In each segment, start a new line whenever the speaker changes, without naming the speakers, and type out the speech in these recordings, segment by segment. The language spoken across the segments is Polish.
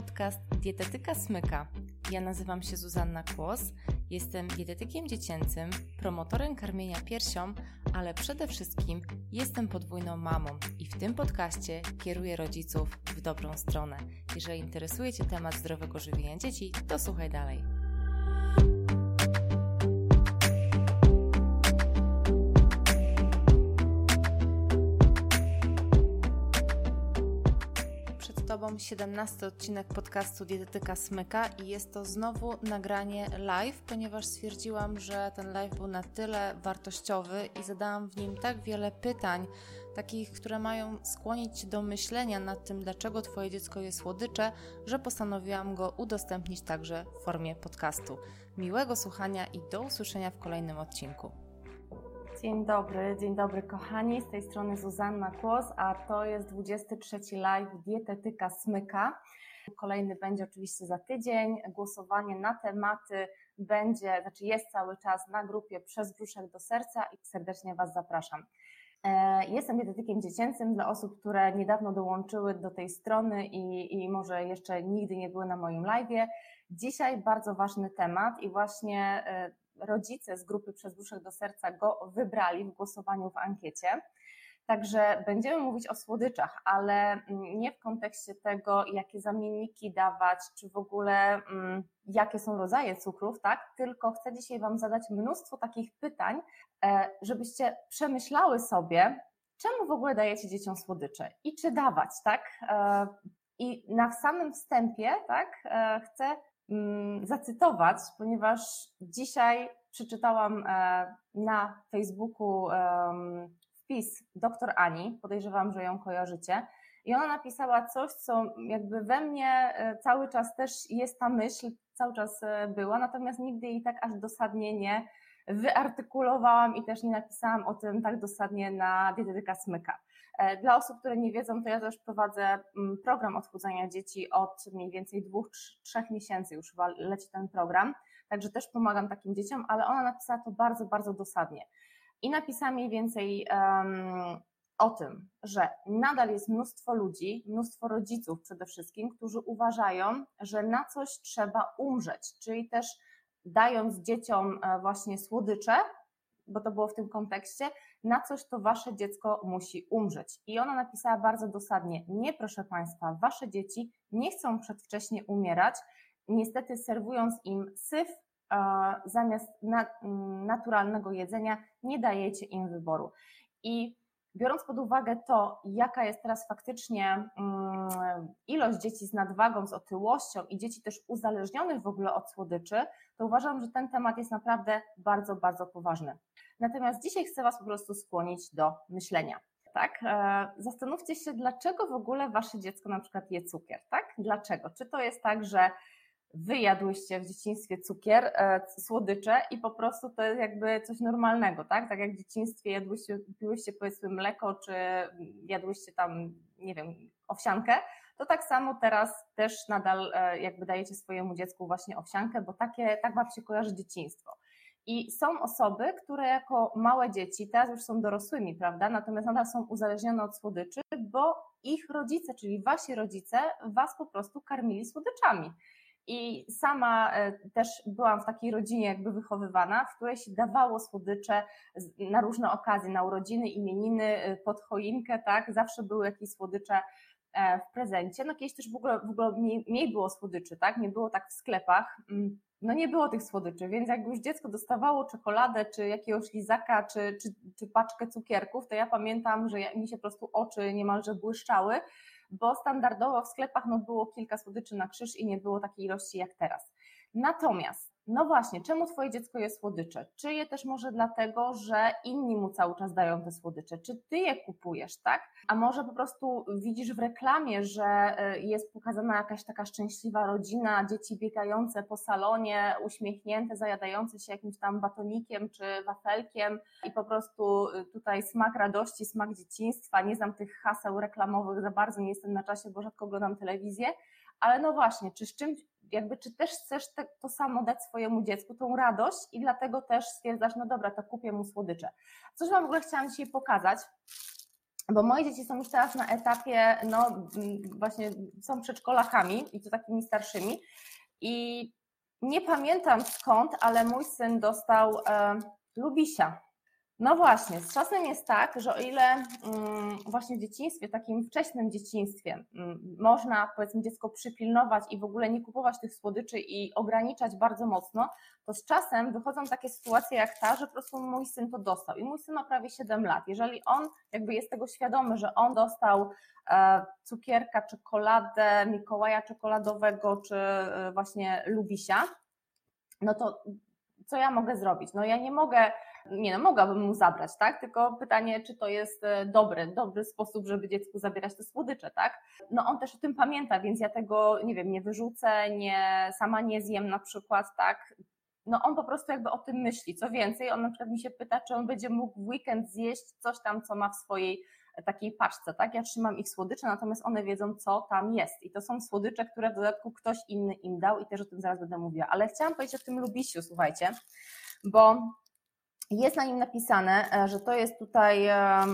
podcast Dietetyka Smyka. Ja nazywam się Zuzanna Kłos, jestem dietetykiem dziecięcym, promotorem karmienia piersią, ale przede wszystkim jestem podwójną mamą i w tym podcaście kieruję rodziców w dobrą stronę. Jeżeli interesuje Cię temat zdrowego żywienia dzieci, to słuchaj dalej. Przed Tobą 17 odcinek podcastu Dietetyka Smyka i jest to znowu nagranie live, ponieważ stwierdziłam, że ten live był na tyle wartościowy i zadałam w nim tak wiele pytań, takich, które mają skłonić Cię do myślenia nad tym, dlaczego Twoje dziecko je słodycze, że postanowiłam go udostępnić także w formie podcastu. Miłego słuchania i do usłyszenia w kolejnym odcinku. Dzień dobry kochani, z tej strony Zuzanna Kłos, a to jest 23 live Dietetyka Smyka. Kolejny będzie oczywiście za tydzień, głosowanie na tematy jest cały czas na grupie Przez brzuszek do serca i serdecznie Was zapraszam. Jestem dietetykiem dziecięcym dla osób, które niedawno dołączyły do tej strony i może jeszcze nigdy nie były na moim live'ie. Dzisiaj bardzo ważny temat i właśnie rodzice z grupy Przez brzuszek do serca go wybrali w głosowaniu w ankiecie. Także będziemy mówić o słodyczach, ale nie w kontekście tego, jakie zamienniki dawać, czy w ogóle jakie są rodzaje cukrów, tak? Tylko chcę dzisiaj Wam zadać mnóstwo takich pytań, żebyście przemyślały sobie, czemu w ogóle dajecie dzieciom słodycze i czy dawać, tak? I na samym wstępie, tak, chcę zacytować, ponieważ dzisiaj przeczytałam na Facebooku wpis dr Ani, podejrzewam, że ją kojarzycie, i ona napisała coś, co jakby we mnie cały czas też jest ta myśl, cały czas była, natomiast nigdy jej tak aż dosadnie nie wyartykulowałam i też nie napisałam o tym tak dosadnie na Dietetyka Smyka. Dla osób, które nie wiedzą, to ja też prowadzę program odchudzania dzieci od mniej więcej 2-3 miesięcy już chyba leci ten program, także też pomagam takim dzieciom, ale ona napisała to bardzo, bardzo dosadnie. I napisała mniej więcej o tym, że nadal jest mnóstwo ludzi, mnóstwo rodziców przede wszystkim, którzy uważają, że na coś trzeba umrzeć, czyli też dając dzieciom właśnie słodycze, bo to było w tym kontekście, na coś to wasze dziecko musi umrzeć. I ona napisała bardzo dosadnie: nie, proszę Państwa, wasze dzieci nie chcą przedwcześnie umierać, niestety serwując im syf zamiast naturalnego jedzenia, nie dajecie im wyboru. I biorąc pod uwagę to, jaka jest teraz faktycznie ilość dzieci z nadwagą, z otyłością i dzieci też uzależnionych w ogóle od słodyczy, to uważam, że ten temat jest naprawdę bardzo, bardzo poważny. Natomiast dzisiaj chcę Was po prostu skłonić do myślenia. Tak? Zastanówcie się, dlaczego w ogóle Wasze dziecko na przykład je cukier, tak? Dlaczego? Czy to jest tak, że Wy jadłyście w dzieciństwie cukier, słodycze i po prostu to jest jakby coś normalnego, tak? Tak jak w dzieciństwie piłyście powiedzmy mleko, czy jadłyście tam, nie wiem, owsiankę, to tak samo teraz też nadal jakby dajecie swojemu dziecku właśnie owsiankę, bo tak Wam się kojarzy dzieciństwo. I są osoby, które jako małe dzieci, teraz już są dorosłymi, prawda, natomiast nadal są uzależnione od słodyczy, bo ich rodzice, czyli Wasi rodzice, Was po prostu karmili słodyczami. I sama też byłam w takiej rodzinie jakby wychowywana, w której się dawało słodycze na różne okazje, na urodziny, imieniny, pod choinkę, tak, zawsze były jakieś słodycze w prezencie. No kiedyś też w ogóle mniej było słodyczy, tak, nie było tak w sklepach, no nie było tych słodyczy, więc jak już dziecko dostawało czekoladę, czy jakiegoś lizaka, czy paczkę cukierków, to ja pamiętam, że mi się po prostu oczy niemalże błyszczały, bo standardowo w sklepach było kilka słodyczy na krzyż i nie było takiej ilości jak teraz. Natomiast, no właśnie, czemu Twoje dziecko je słodycze? Czy je też może dlatego, że inni mu cały czas dają te słodycze? Czy Ty je kupujesz, tak? A może po prostu widzisz w reklamie, że jest pokazana jakaś taka szczęśliwa rodzina, dzieci biegające po salonie, uśmiechnięte, zajadające się jakimś tam batonikiem czy wafelkiem i po prostu tutaj smak radości, smak dzieciństwa. Nie znam tych haseł reklamowych za bardzo, nie jestem na czasie, bo rzadko oglądam telewizję, ale no właśnie, czy też chcesz to samo dać swojemu dziecku, tą radość i dlatego też stwierdzasz, no dobra, to kupię mu słodycze. Coś Wam w ogóle chciałam dzisiaj pokazać. bo moje dzieci są już teraz na etapie, no właśnie są przedszkolakami i to takimi starszymi i nie pamiętam skąd, ale mój syn dostał lubisia. No właśnie, z czasem jest tak, że o ile właśnie w dzieciństwie, takim wczesnym dzieciństwie można, powiedzmy, dziecko przypilnować i w ogóle nie kupować tych słodyczy i ograniczać bardzo mocno, to z czasem wychodzą takie sytuacje jak ta, że po prostu mój syn to dostał i mój syn ma prawie 7 lat. Jeżeli on jakby jest tego świadomy, że on dostał cukierka, czekoladę, Mikołaja czekoladowego czy właśnie lubisia, no to co ja mogę zrobić? No ja nie mogę, mogłabym mu zabrać, tak? Tylko pytanie, czy to jest dobry sposób, żeby dziecku zabierać te słodycze, tak? No on też o tym pamięta, więc ja tego, nie wiem, nie wyrzucę, sama nie zjem na przykład, tak? No on po prostu jakby o tym myśli. Co więcej, on na przykład mi się pyta, czy on będzie mógł w weekend zjeść coś tam, co ma w swojej takiej paczce, tak? Ja trzymam ich słodycze, natomiast one wiedzą, co tam jest. I to są słodycze, które w dodatku ktoś inny im dał i też o tym zaraz będę mówiła. Ale chciałam powiedzieć o tym lubisiu, słuchajcie, bo jest na nim napisane, że to jest tutaj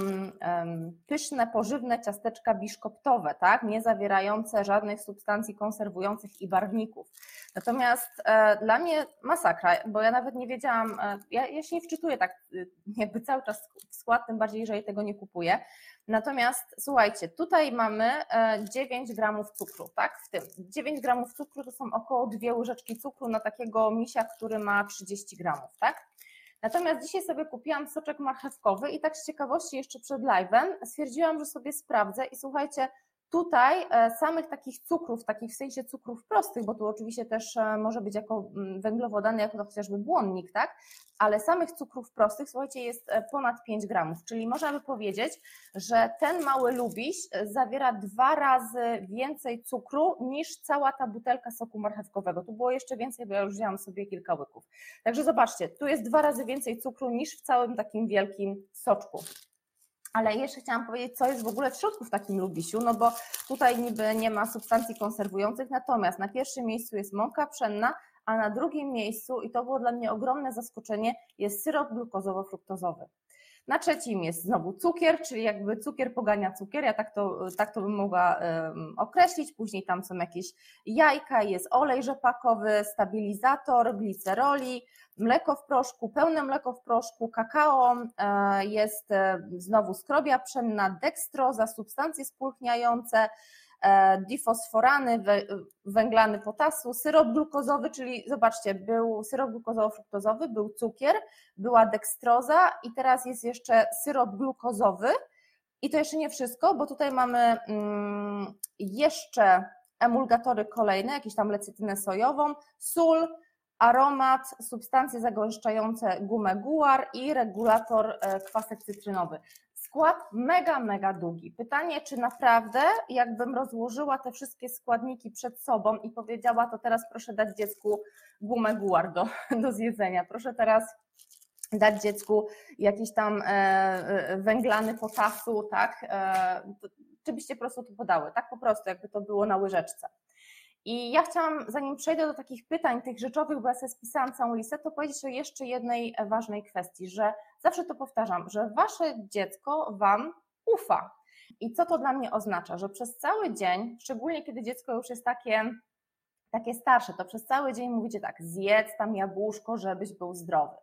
pyszne, pożywne ciasteczka biszkoptowe, tak? Nie zawierające żadnych substancji konserwujących i barwników. Natomiast dla mnie masakra, bo ja nawet nie wiedziałam, ja się nie wczytuję tak jakby cały czas w skład, tym bardziej, jeżeli tego nie kupuję. Natomiast słuchajcie, tutaj mamy 9 gramów cukru, tak? W tym 9 gramów cukru to są około 2 łyżeczki cukru na takiego misia, który ma 30 gramów, tak? Natomiast dzisiaj sobie kupiłam soczek marchewkowy i tak z ciekawości jeszcze przed live'em stwierdziłam, że sobie sprawdzę i słuchajcie, tutaj samych takich cukrów, takich w sensie cukrów prostych, bo tu oczywiście też może być jako węglowodany, jako to chociażby błonnik, tak? Ale samych cukrów prostych, słuchajcie, jest ponad 5 gramów, czyli można by powiedzieć, że ten mały lubiś zawiera 2 razy więcej cukru niż cała ta butelka soku marchewkowego. Tu było jeszcze więcej, bo ja już wzięłam sobie kilka łyków. Także zobaczcie, tu jest 2 razy więcej cukru niż w całym takim wielkim soczku. Ale jeszcze chciałam powiedzieć, co jest w ogóle w środku w takim lubisiu, no bo tutaj niby nie ma substancji konserwujących, natomiast na pierwszym miejscu jest mąka pszenna, a na drugim miejscu, i to było dla mnie ogromne zaskoczenie, jest syrop glukozowo-fruktozowy. Na trzecim jest znowu cukier, czyli jakby cukier pogania cukier, ja tak to bym mogła określić, później tam są jakieś jajka, jest olej rzepakowy, stabilizator, gliceroli, mleko w proszku, pełne mleko w proszku, kakao, jest znowu skrobia pszenna, dekstroza, substancje spulchniające, difosforany, węglany potasu, syrop glukozowy, czyli zobaczcie, był syrop glukozowo-fruktozowy, był cukier, była dekstroza i teraz jest jeszcze syrop glukozowy i to jeszcze nie wszystko, bo tutaj mamy jeszcze emulgatory kolejne, jakieś tam lecytynę sojową, sól, aromat, substancje zagęszczające gumę guar i regulator kwasek cytrynowy. Skład mega długi. Pytanie, czy naprawdę jakbym rozłożyła te wszystkie składniki przed sobą i powiedziała, to teraz proszę dać dziecku gumę guar do zjedzenia, proszę teraz dać dziecku jakiś tam węglany potasu, tak, czy byście po prostu to podały, tak po prostu, jakby to było na łyżeczce. I ja chciałam, zanim przejdę do takich pytań, tych rzeczowych, bo ja sobie spisałam całą listę, to powiedzieć o jeszcze jednej ważnej kwestii, że zawsze to powtarzam, że wasze dziecko wam ufa. I co to dla mnie oznacza? Że przez cały dzień, szczególnie kiedy dziecko już jest takie starsze, to przez cały dzień mówicie tak, zjedz tam jabłuszko, żebyś był zdrowy.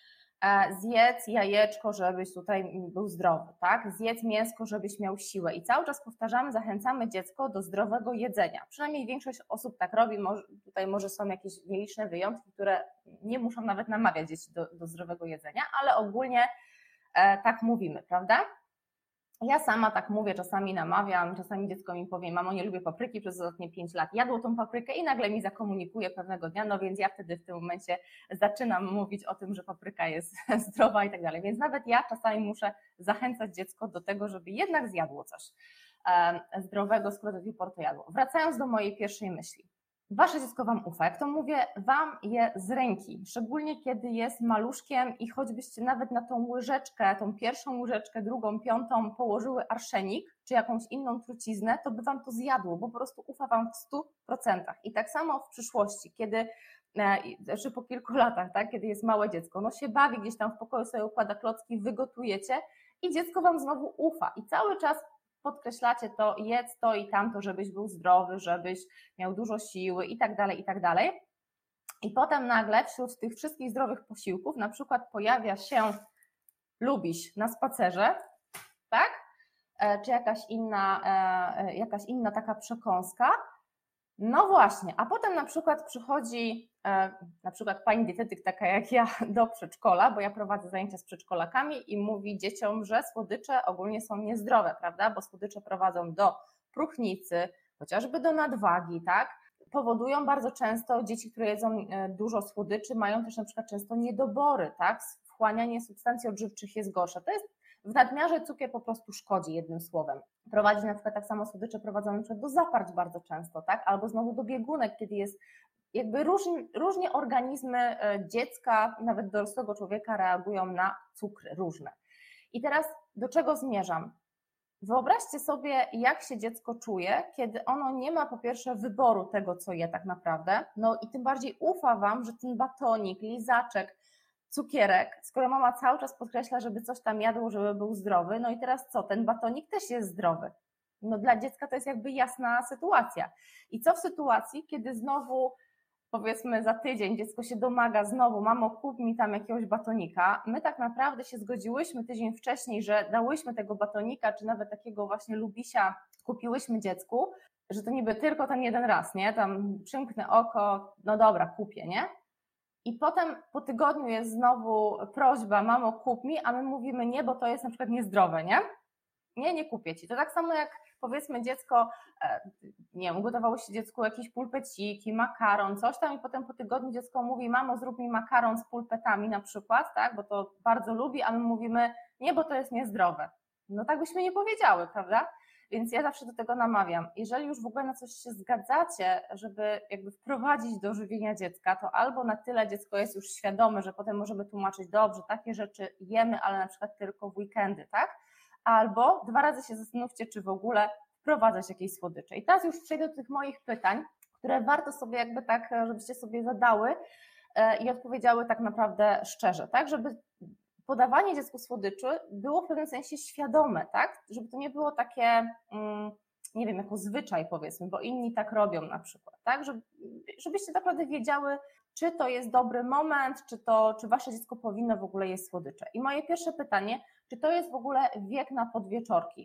Zjedz jajeczko, żebyś tutaj był zdrowy, tak? Zjedz mięsko, żebyś miał siłę i cały czas powtarzamy, zachęcamy dziecko do zdrowego jedzenia. Przynajmniej większość osób tak robi, tutaj może są jakieś nieliczne wyjątki, które nie muszą nawet namawiać dzieci do zdrowego jedzenia, ale ogólnie tak mówimy, prawda? Ja sama tak mówię, czasami namawiam, czasami dziecko mi powie, mamo, nie lubię papryki, przez ostatnie 5 lat jadło tą paprykę i nagle mi zakomunikuje pewnego dnia, no więc ja wtedy w tym momencie zaczynam mówić o tym, że papryka jest zdrowa i tak dalej, więc nawet ja czasami muszę zachęcać dziecko do tego, żeby jednak zjadło coś zdrowego, skoro do tej pory to jadło. Wracając do mojej pierwszej myśli. Wasze dziecko wam ufa, jak to mówię, wam je z ręki, szczególnie kiedy jest maluszkiem i choćbyście nawet na tą łyżeczkę, tą pierwszą łyżeczkę, drugą, piątą położyły arszenik czy jakąś inną truciznę, to by wam to zjadło, bo po prostu ufa wam w 100%. I tak samo w przyszłości, kiedy, znaczy po kilku latach, tak, kiedy jest małe dziecko, no się bawi gdzieś tam w pokoju, sobie układa klocki, wy gotujecie i dziecko Wam znowu ufa i cały czas podkreślacie to, jedz to i tamto, żebyś był zdrowy, żebyś miał dużo siły i tak dalej, i tak dalej. I potem nagle wśród tych wszystkich zdrowych posiłków na przykład pojawia się lubiś na spacerze, tak? Czy jakaś inna taka przekąska. No właśnie, a potem na przykład przychodzi na przykład pani dietetyk, taka jak ja, do przedszkola, bo ja prowadzę zajęcia z przedszkolakami i mówi dzieciom, że słodycze ogólnie są niezdrowe, prawda? Bo słodycze prowadzą do próchnicy, chociażby do nadwagi, tak? Powodują bardzo często, dzieci, które jedzą dużo słodyczy, mają też na przykład często niedobory, tak? Wchłanianie substancji odżywczych jest gorsze. To jest w nadmiarze cukier po prostu szkodzi, jednym słowem. Prowadzi na przykład tak samo słodycze prowadzą na przykład do zaparć bardzo często, tak? Albo znowu do biegunek, kiedy jest jakby różnie organizmy dziecka, nawet dorosłego człowieka reagują na cukry różne. I teraz do czego zmierzam? Wyobraźcie sobie, jak się dziecko czuje, kiedy ono nie ma po pierwsze wyboru tego, co je tak naprawdę, no i tym bardziej ufa Wam, że ten batonik, lizaczek, cukierek, skoro mama cały czas podkreśla, żeby coś tam jadło, żeby był zdrowy, no i teraz co, ten batonik też jest zdrowy. No dla dziecka to jest jakby jasna sytuacja. I co w sytuacji, kiedy znowu powiedzmy za tydzień dziecko się domaga znowu, mamo kup mi tam jakiegoś batonika, my tak naprawdę się zgodziłyśmy tydzień wcześniej, że dałyśmy tego batonika, czy nawet takiego właśnie lubisia kupiłyśmy dziecku, że to niby tylko ten jeden raz, nie, tam przymknę oko, no dobra, kupię, nie? I potem po tygodniu jest znowu prośba, mamo kup mi, a my mówimy nie, bo to jest na przykład niezdrowe, nie? Nie kupię ci. To tak samo jak powiedzmy dziecko, nie wiem, ugotowało się dziecku jakieś pulpeciki, makaron, coś tam i potem po tygodniu dziecko mówi, mamo zrób mi makaron z pulpetami na przykład, tak, bo to bardzo lubi, a my mówimy nie, bo to jest niezdrowe. No tak byśmy nie powiedziały, prawda? Więc ja zawsze do tego namawiam. Jeżeli już w ogóle na coś się zgadzacie, żeby jakby wprowadzić do żywienia dziecka, to albo na tyle dziecko jest już świadome, że potem możemy tłumaczyć, dobrze, takie rzeczy jemy, ale na przykład tylko w weekendy, tak? Albo 2 razy się zastanówcie, czy w ogóle wprowadzać jakieś słodycze. I teraz już przejdę do tych moich pytań, które warto sobie jakby tak, żebyście sobie zadały i odpowiedziały tak naprawdę szczerze, tak? Żeby podawanie dziecku słodyczy było w pewnym sensie świadome, tak? Żeby to nie było takie, nie wiem, jako zwyczaj powiedzmy, bo inni tak robią na przykład, tak? Żebyście naprawdę wiedziały, czy to jest dobry moment, czy wasze dziecko powinno w ogóle jeść słodycze. I moje pierwsze pytanie, czy to jest w ogóle wiek na podwieczorki?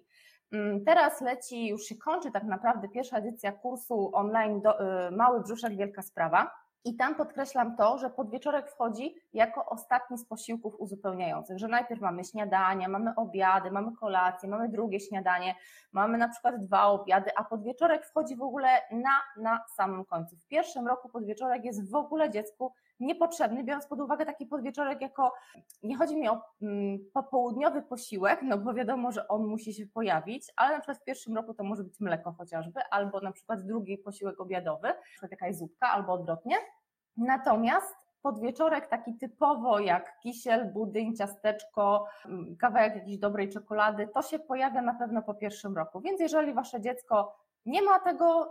Teraz leci, już się kończy tak naprawdę pierwsza edycja kursu online Mały brzuszek, wielka sprawa. I tam podkreślam to, że podwieczorek wchodzi jako ostatni z posiłków uzupełniających, że najpierw mamy śniadania, mamy obiady, mamy kolację, mamy drugie śniadanie, mamy na przykład 2 obiady, a podwieczorek wchodzi w ogóle na samym końcu. W pierwszym roku podwieczorek jest w ogóle dziecku niepotrzebny, biorąc pod uwagę taki podwieczorek jako, nie chodzi mi o popołudniowy posiłek, no bo wiadomo, że on musi się pojawić, ale na przykład w pierwszym roku to może być mleko chociażby, albo na przykład drugi posiłek obiadowy, na przykład jakaś zupka, albo odwrotnie. Natomiast podwieczorek taki typowo jak kisiel, budyń, ciasteczko, kawałek jakiejś dobrej czekolady, to się pojawia na pewno po pierwszym roku, więc jeżeli wasze dziecko nie ma tego,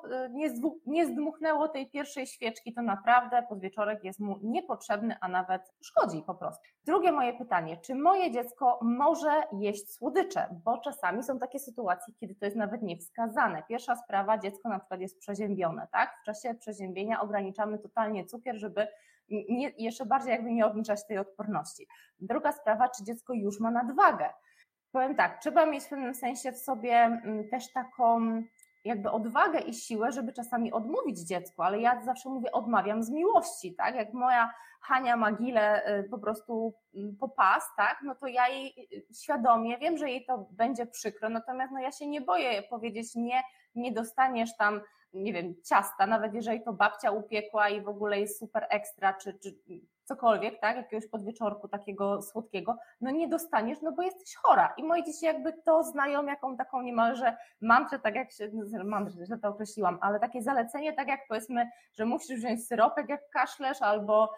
nie zdmuchnęło tej pierwszej świeczki, to naprawdę podwieczorek jest mu niepotrzebny, a nawet szkodzi po prostu. Drugie moje pytanie, czy moje dziecko może jeść słodycze? Bo czasami są takie sytuacje, kiedy to jest nawet niewskazane. Pierwsza sprawa, dziecko na przykład jest przeziębione, tak? W czasie przeziębienia ograniczamy totalnie cukier, żeby jeszcze bardziej jakby nie obniżać tej odporności. Druga sprawa, czy dziecko już ma nadwagę? Powiem tak, trzeba mieć w pewnym sensie w sobie też taką jakby odwagę i siłę, żeby czasami odmówić dziecku, ale ja zawsze mówię, odmawiam z miłości, tak? Jak moja Hania ma gilę po prostu po pas, tak? No to ja jej świadomie, wiem, że jej to będzie przykro, natomiast no ja się nie boję powiedzieć nie dostaniesz tam, nie wiem, ciasta, nawet jeżeli to babcia upiekła i w ogóle jest super ekstra, czy cokolwiek, tak, jakiegoś podwieczorku takiego słodkiego, no nie dostaniesz, no bo jesteś chora. I moje dzieci jakby to znają, jaką taką niemalże mantrę, tak jak się, mantrę, że to określiłam, ale takie zalecenie, tak jak powiedzmy, że musisz wziąć syropek, jak kaszlesz, albo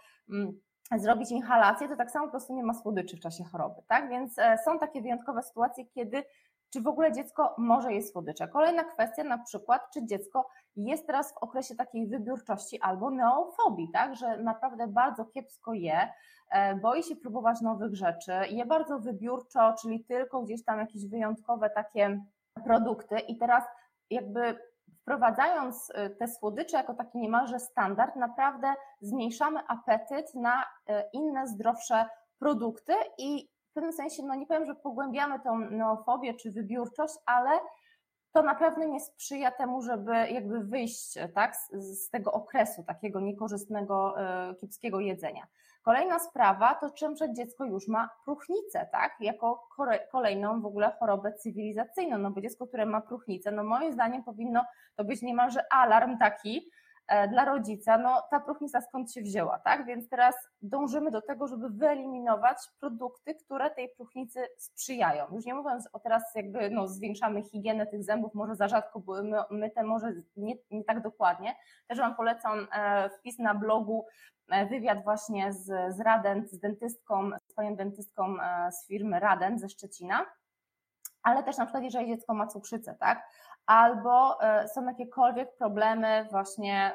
zrobić inhalację, to tak samo po prostu nie ma słodyczy w czasie choroby, tak, więc są takie wyjątkowe sytuacje, kiedy czy w ogóle dziecko może jeść słodycze. Kolejna kwestia na przykład, czy dziecko jest teraz w okresie takiej wybiórczości albo neofobii, tak, że naprawdę bardzo kiepsko je, boi się próbować nowych rzeczy, je bardzo wybiórczo, czyli tylko gdzieś tam jakieś wyjątkowe takie produkty i teraz jakby wprowadzając te słodycze jako taki niemalże standard, naprawdę zmniejszamy apetyt na inne, zdrowsze produkty i w pewnym sensie, no nie powiem, że pogłębiamy tą neofobię czy wybiórczość, ale to na pewno nie sprzyja temu, żeby jakby wyjść, tak, z tego okresu takiego niekorzystnego, kiepskiego jedzenia. Kolejna sprawa to czym dziecko już ma próchnicę, tak, jako kolejną w ogóle chorobę cywilizacyjną, no bo dziecko, które ma próchnicę, no moim zdaniem powinno to być niemalże alarm taki dla rodzica, no ta próchnica skąd się wzięła, tak, więc teraz dążymy do tego, żeby wyeliminować produkty, które tej próchnicy sprzyjają. Już nie mówiąc o teraz jakby no, zwiększamy higienę tych zębów, może za rzadko były myte, może nie tak dokładnie. Też Wam polecam wpis na blogu, wywiad właśnie z Radent, z dentystką, z panią dentystką z firmy Radent ze Szczecina, ale też na przykład jeżeli dziecko ma cukrzycę, tak, albo są jakiekolwiek problemy właśnie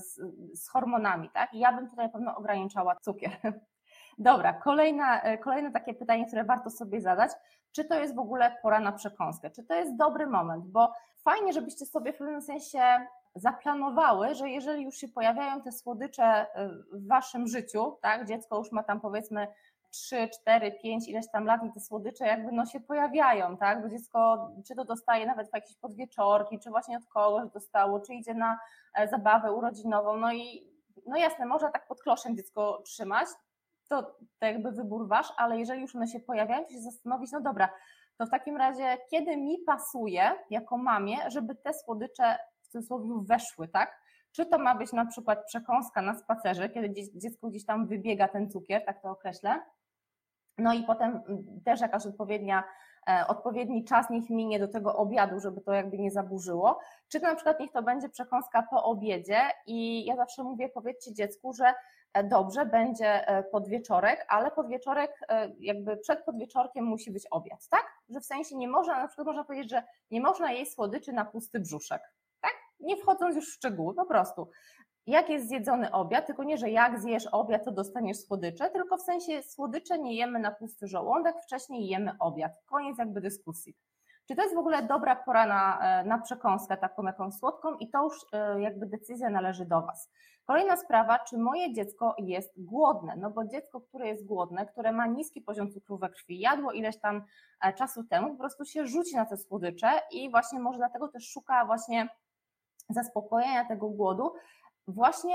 z hormonami, tak, i ja bym tutaj na pewno ograniczała cukier. Dobra, kolejne takie pytanie, które warto sobie zadać, czy to jest w ogóle pora na przekąskę, czy to jest dobry moment, bo fajnie, żebyście sobie w pewnym sensie zaplanowały, że jeżeli już się pojawiają te słodycze w waszym życiu, tak, dziecko już ma tam powiedzmy 3, 4, 5, ileś tam lat i te słodycze jakby no się pojawiają, tak, bo dziecko czy to dostaje nawet w jakieś podwieczorki, czy właśnie od kogoś dostało, czy idzie na zabawę urodzinową, no i no jasne, można tak pod kloszem dziecko trzymać, to jakby wybór wasz, ale jeżeli już one się pojawiają, to się zastanowić, no dobra, to w takim razie kiedy mi pasuje jako mamie, żeby te słodycze w cudzysłowie weszły, tak? Czy to ma być na przykład przekąska na spacerze, kiedy dziecko gdzieś tam wybiega ten cukier, tak to określę, no i potem też jakaś odpowiedni czas niech minie do tego obiadu, żeby to jakby nie zaburzyło, czy na przykład niech to będzie przekąska po obiedzie i ja zawsze mówię, powiedzcie dziecku, że dobrze, będzie podwieczorek, ale podwieczorek, jakby przed podwieczorkiem musi być obiad, tak? Że w sensie nie można, na przykład można powiedzieć, że nie można jeść słodyczy na pusty brzuszek, tak? Nie wchodząc już w szczegóły, po prostu. Jak jest zjedzony obiad, tylko nie, że jak zjesz obiad, to dostaniesz słodycze, tylko w sensie słodycze nie jemy na pusty żołądek, wcześniej jemy obiad. Koniec jakby dyskusji. Czy to jest w ogóle dobra pora na przekąskę taką jakąś słodką i to już jakby decyzja należy do Was. Kolejna sprawa, czy moje dziecko jest głodne, no bo dziecko, które jest głodne, które ma niski poziom cukru we krwi, jadło ileś tam czasu temu, po prostu się rzuci na te słodycze i właśnie może dlatego też szuka właśnie zaspokojenia tego głodu, właśnie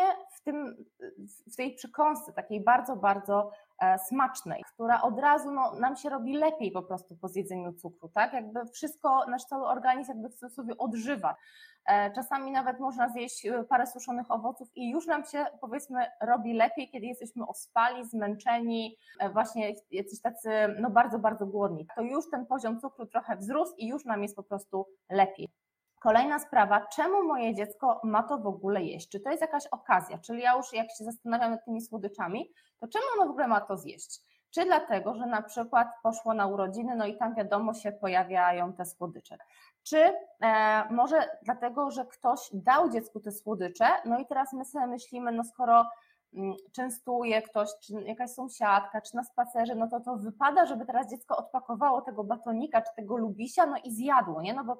w tej przekąsce takiej bardzo, bardzo smacznej, która od razu no, nam się robi lepiej po prostu po zjedzeniu cukru, tak? Jakby wszystko, nasz cały organizm jakby w cudzysłowie odżywa. Czasami nawet można zjeść parę suszonych owoców i już nam się powiedzmy robi lepiej, kiedy jesteśmy ospali, zmęczeni, właśnie jacyś tacy no bardzo, bardzo głodni. To już ten poziom cukru trochę wzrósł i już nam jest po prostu lepiej. Kolejna sprawa, czemu moje dziecko ma to w ogóle jeść? Czy to jest jakaś okazja? Czyli ja już jak się zastanawiam nad tymi słodyczami, to czemu ono w ogóle ma to zjeść? Czy dlatego, że na przykład poszło na urodziny, no i tam wiadomo się pojawiają te słodycze? Czy może dlatego, że ktoś dał dziecku te słodycze, no i teraz my sobie myślimy, no skoro częstuje ktoś, czy jakaś sąsiadka, czy na spacerze, no to wypada, żeby teraz dziecko odpakowało tego batonika, czy tego lubisia, no i zjadło, nie? No bo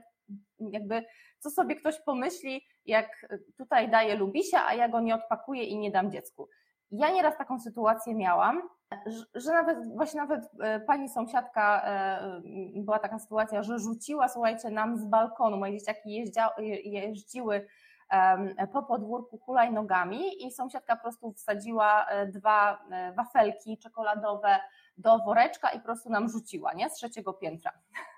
co sobie ktoś pomyśli, jak tutaj daję lubisia, a ja go nie odpakuję i nie dam dziecku. Ja nieraz taką sytuację miałam, że nawet pani sąsiadka, była taka sytuacja, że rzuciła, słuchajcie, nam z balkonu, moje dzieciaki jeździły po podwórku hulajnogami i sąsiadka po prostu wsadziła 2 wafelki czekoladowe do woreczka i po prostu nam rzuciła, nie? Z 3. piętra.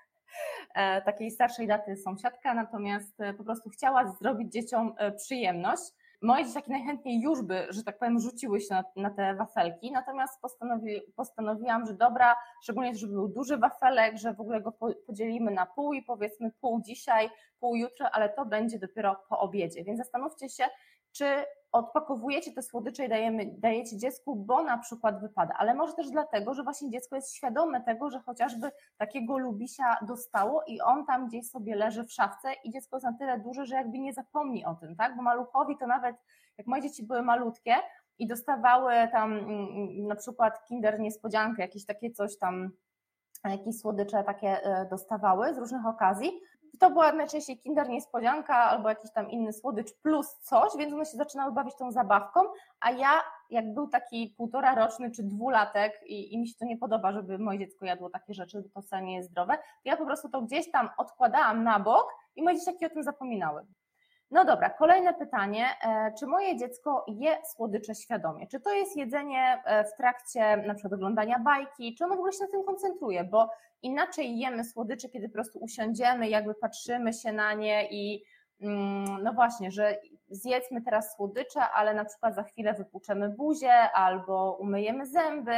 Takiej starszej daty sąsiadka, natomiast po prostu chciała zrobić dzieciom przyjemność. Moje dzieciaki najchętniej już by, że tak powiem, rzuciły się na te wafelki, natomiast postanowiłam, że dobra, szczególnie, że był duży wafelek, że w ogóle go podzielimy na pół i powiedzmy pół dzisiaj, pół jutro, ale to będzie dopiero po obiedzie, więc zastanówcie się, czy odpakowujecie te słodycze i dajecie dziecku, bo na przykład wypada, ale może też dlatego, że właśnie dziecko jest świadome tego, że chociażby takiego lubisia dostało i on tam gdzieś sobie leży w szafce i dziecko jest na tyle duże, że jakby nie zapomni o tym, tak? Bo maluchowi to nawet, jak moje dzieci były malutkie i dostawały tam na przykład Kinder Niespodziankę, jakieś takie coś tam, jakieś słodycze takie dostawały z różnych okazji, to była najczęściej Kinder Niespodzianka albo jakiś tam inny słodycz plus coś, więc one się zaczynały bawić tą zabawką, a ja jak był taki 1,5-roczny czy 2-latek i mi się to nie podoba, żeby moje dziecko jadło takie rzeczy, bo to wcale nie jest zdrowe, to ja po prostu to gdzieś tam odkładałam na bok i moje dzieciaki o tym zapominały. No dobra, kolejne pytanie. Czy moje dziecko je słodycze świadomie? Czy to jest jedzenie w trakcie na przykład oglądania bajki, czy ono w ogóle się na tym koncentruje? Bo inaczej jemy słodycze, kiedy po prostu usiądziemy, jakby patrzymy się na nie i no właśnie, że zjedzmy teraz słodycze, ale na przykład za chwilę wypłuczemy buzię albo umyjemy zęby.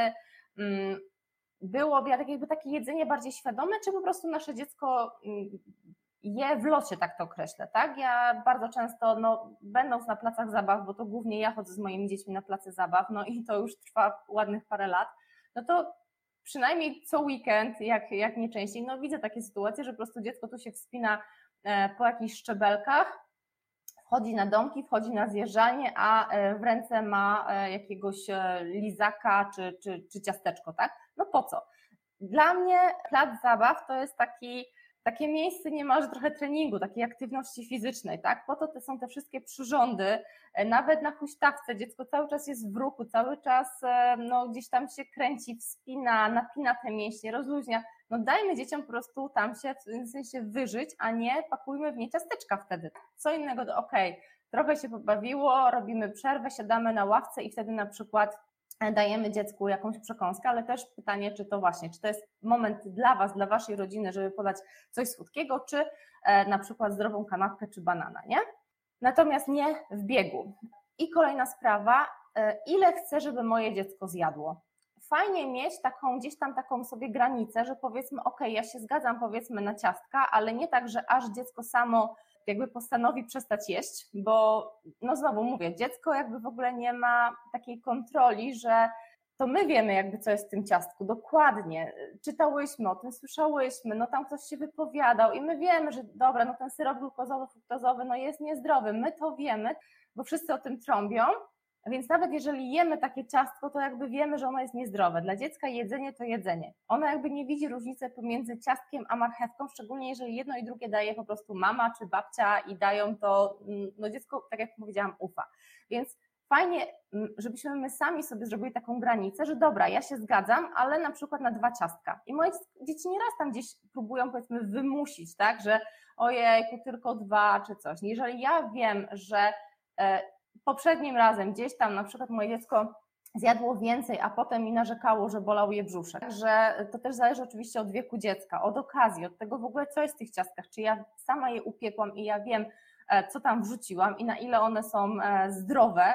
Byłoby jakby takie jedzenie bardziej świadome, czy po prostu nasze dziecko je w locie, tak to określę, tak? Ja bardzo często, no, będąc na placach zabaw, bo to głównie ja chodzę z moimi dziećmi na place zabaw, no i to już trwa ładnych parę lat, no to przynajmniej co weekend, jak nie częściej, no widzę takie sytuacje, że po prostu dziecko tu się wspina po jakichś szczebelkach, wchodzi na domki, wchodzi na zjeżdżalnię, a w ręce ma jakiegoś lizaka czy ciasteczko, tak? No po co? Dla mnie plac zabaw to jest takie miejsce niemalże trochę treningu, takiej aktywności fizycznej, tak? Po to są te wszystkie przyrządy, nawet na huśtawce dziecko cały czas jest w ruchu, cały czas no, gdzieś tam się kręci, wspina, napina te mięśnie, rozluźnia. No dajmy dzieciom po prostu tam się w sensie wyżyć, a nie pakujmy w nie ciasteczka wtedy. Co innego to okej, trochę się pobawiło, robimy przerwę, siadamy na ławce i wtedy na przykład dajemy dziecku jakąś przekąskę, ale też pytanie, czy to jest moment dla Was, dla Waszej rodziny, żeby podać coś słodkiego, czy na przykład zdrową kanapkę czy banana, nie? Natomiast nie w biegu. I kolejna sprawa, ile chcę, żeby moje dziecko zjadło? Fajnie mieć gdzieś tam taką sobie granicę, że powiedzmy, okej, ja się zgadzam powiedzmy na ciastka, ale nie tak, że aż dziecko samo jakby postanowi przestać jeść, bo no znowu mówię, dziecko jakby w ogóle nie ma takiej kontroli, że to my wiemy jakby co jest w tym ciastku, dokładnie, czytałyśmy o tym, słyszałyśmy, no tam ktoś się wypowiadał i my wiemy, że dobra, no ten syrop glukozowy, fruktozowy no jest niezdrowy, my to wiemy, bo wszyscy o tym trąbią, więc nawet jeżeli jemy takie ciastko, to jakby wiemy, że ono jest niezdrowe. Dla dziecka jedzenie to jedzenie. Ono jakby nie widzi różnicy pomiędzy ciastkiem a marchewką, szczególnie jeżeli jedno i drugie daje po prostu mama czy babcia i dają to, no dziecko, tak jak powiedziałam, ufa. Więc fajnie, żebyśmy my sami sobie zrobili taką granicę, że dobra, ja się zgadzam, ale na przykład na 2 ciastka. I moje dzieci nieraz tam gdzieś próbują powiedzmy wymusić, tak, że ojejku, tylko 2 czy coś. Jeżeli ja wiem, że poprzednim razem gdzieś tam na przykład moje dziecko zjadło więcej, a potem mi narzekało, że bolał je brzuszek, że to też zależy oczywiście od wieku dziecka, od okazji, od tego w ogóle co jest w tych ciastkach, czy ja sama je upiekłam i ja wiem, co tam wrzuciłam i na ile one są zdrowe,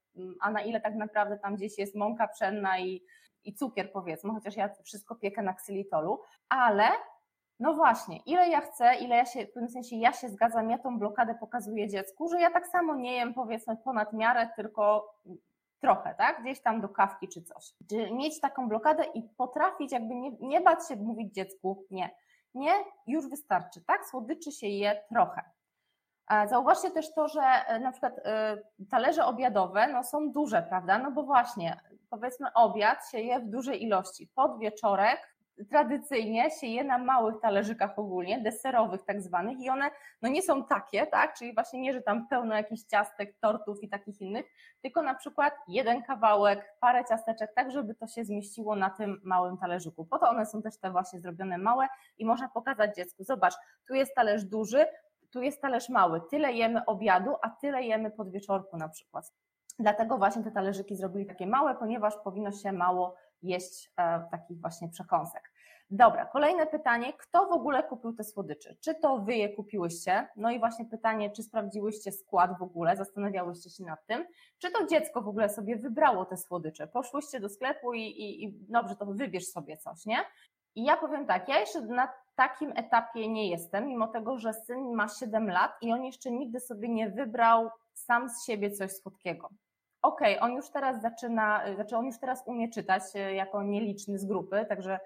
a na ile tak naprawdę tam gdzieś jest mąka pszenna i cukier powiedzmy, chociaż ja wszystko piekę na ksylitolu, ale no właśnie, ile ja chcę, ile ja się, w pewnym sensie ja się zgadzam, ja tą blokadę pokazuję dziecku, że ja tak samo nie jem powiedzmy ponad miarę, tylko trochę, tak, gdzieś tam do kawki czy coś. Czy mieć taką blokadę i potrafić jakby nie bać się mówić dziecku nie, już wystarczy, tak, słodyczy się je trochę. Zauważcie też to, że na przykład talerze obiadowe no, są duże, prawda, no bo właśnie powiedzmy obiad się je w dużej ilości, podwieczorek tradycyjnie się je na małych talerzykach ogólnie, deserowych tak zwanych i one no nie są takie, tak, czyli właśnie nie, że tam pełno jakichś ciastek, tortów i takich innych, tylko na przykład jeden kawałek, parę ciasteczek, tak żeby to się zmieściło na tym małym talerzyku. Po to one są też te właśnie zrobione małe i można pokazać dziecku, zobacz, tu jest talerz duży, tu jest talerz mały, tyle jemy obiadu, a tyle jemy podwieczorku na przykład. Dlatego właśnie te talerzyki zrobili takie małe, ponieważ powinno się mało jeść takich właśnie przekąsek. Dobra, kolejne pytanie, kto w ogóle kupił te słodycze? Czy to Wy je kupiłyście? No i właśnie pytanie, czy sprawdziłyście skład w ogóle, zastanawiałyście się nad tym? Czy to dziecko w ogóle sobie wybrało te słodycze? Poszłyście do sklepu i dobrze, to wybierz sobie coś, nie? I ja powiem tak, ja jeszcze na takim etapie nie jestem, mimo tego, że syn ma 7 lat i on jeszcze nigdy sobie nie wybrał sam z siebie coś słodkiego. Okej, on już teraz on już teraz umie czytać jako nieliczny z grupy, także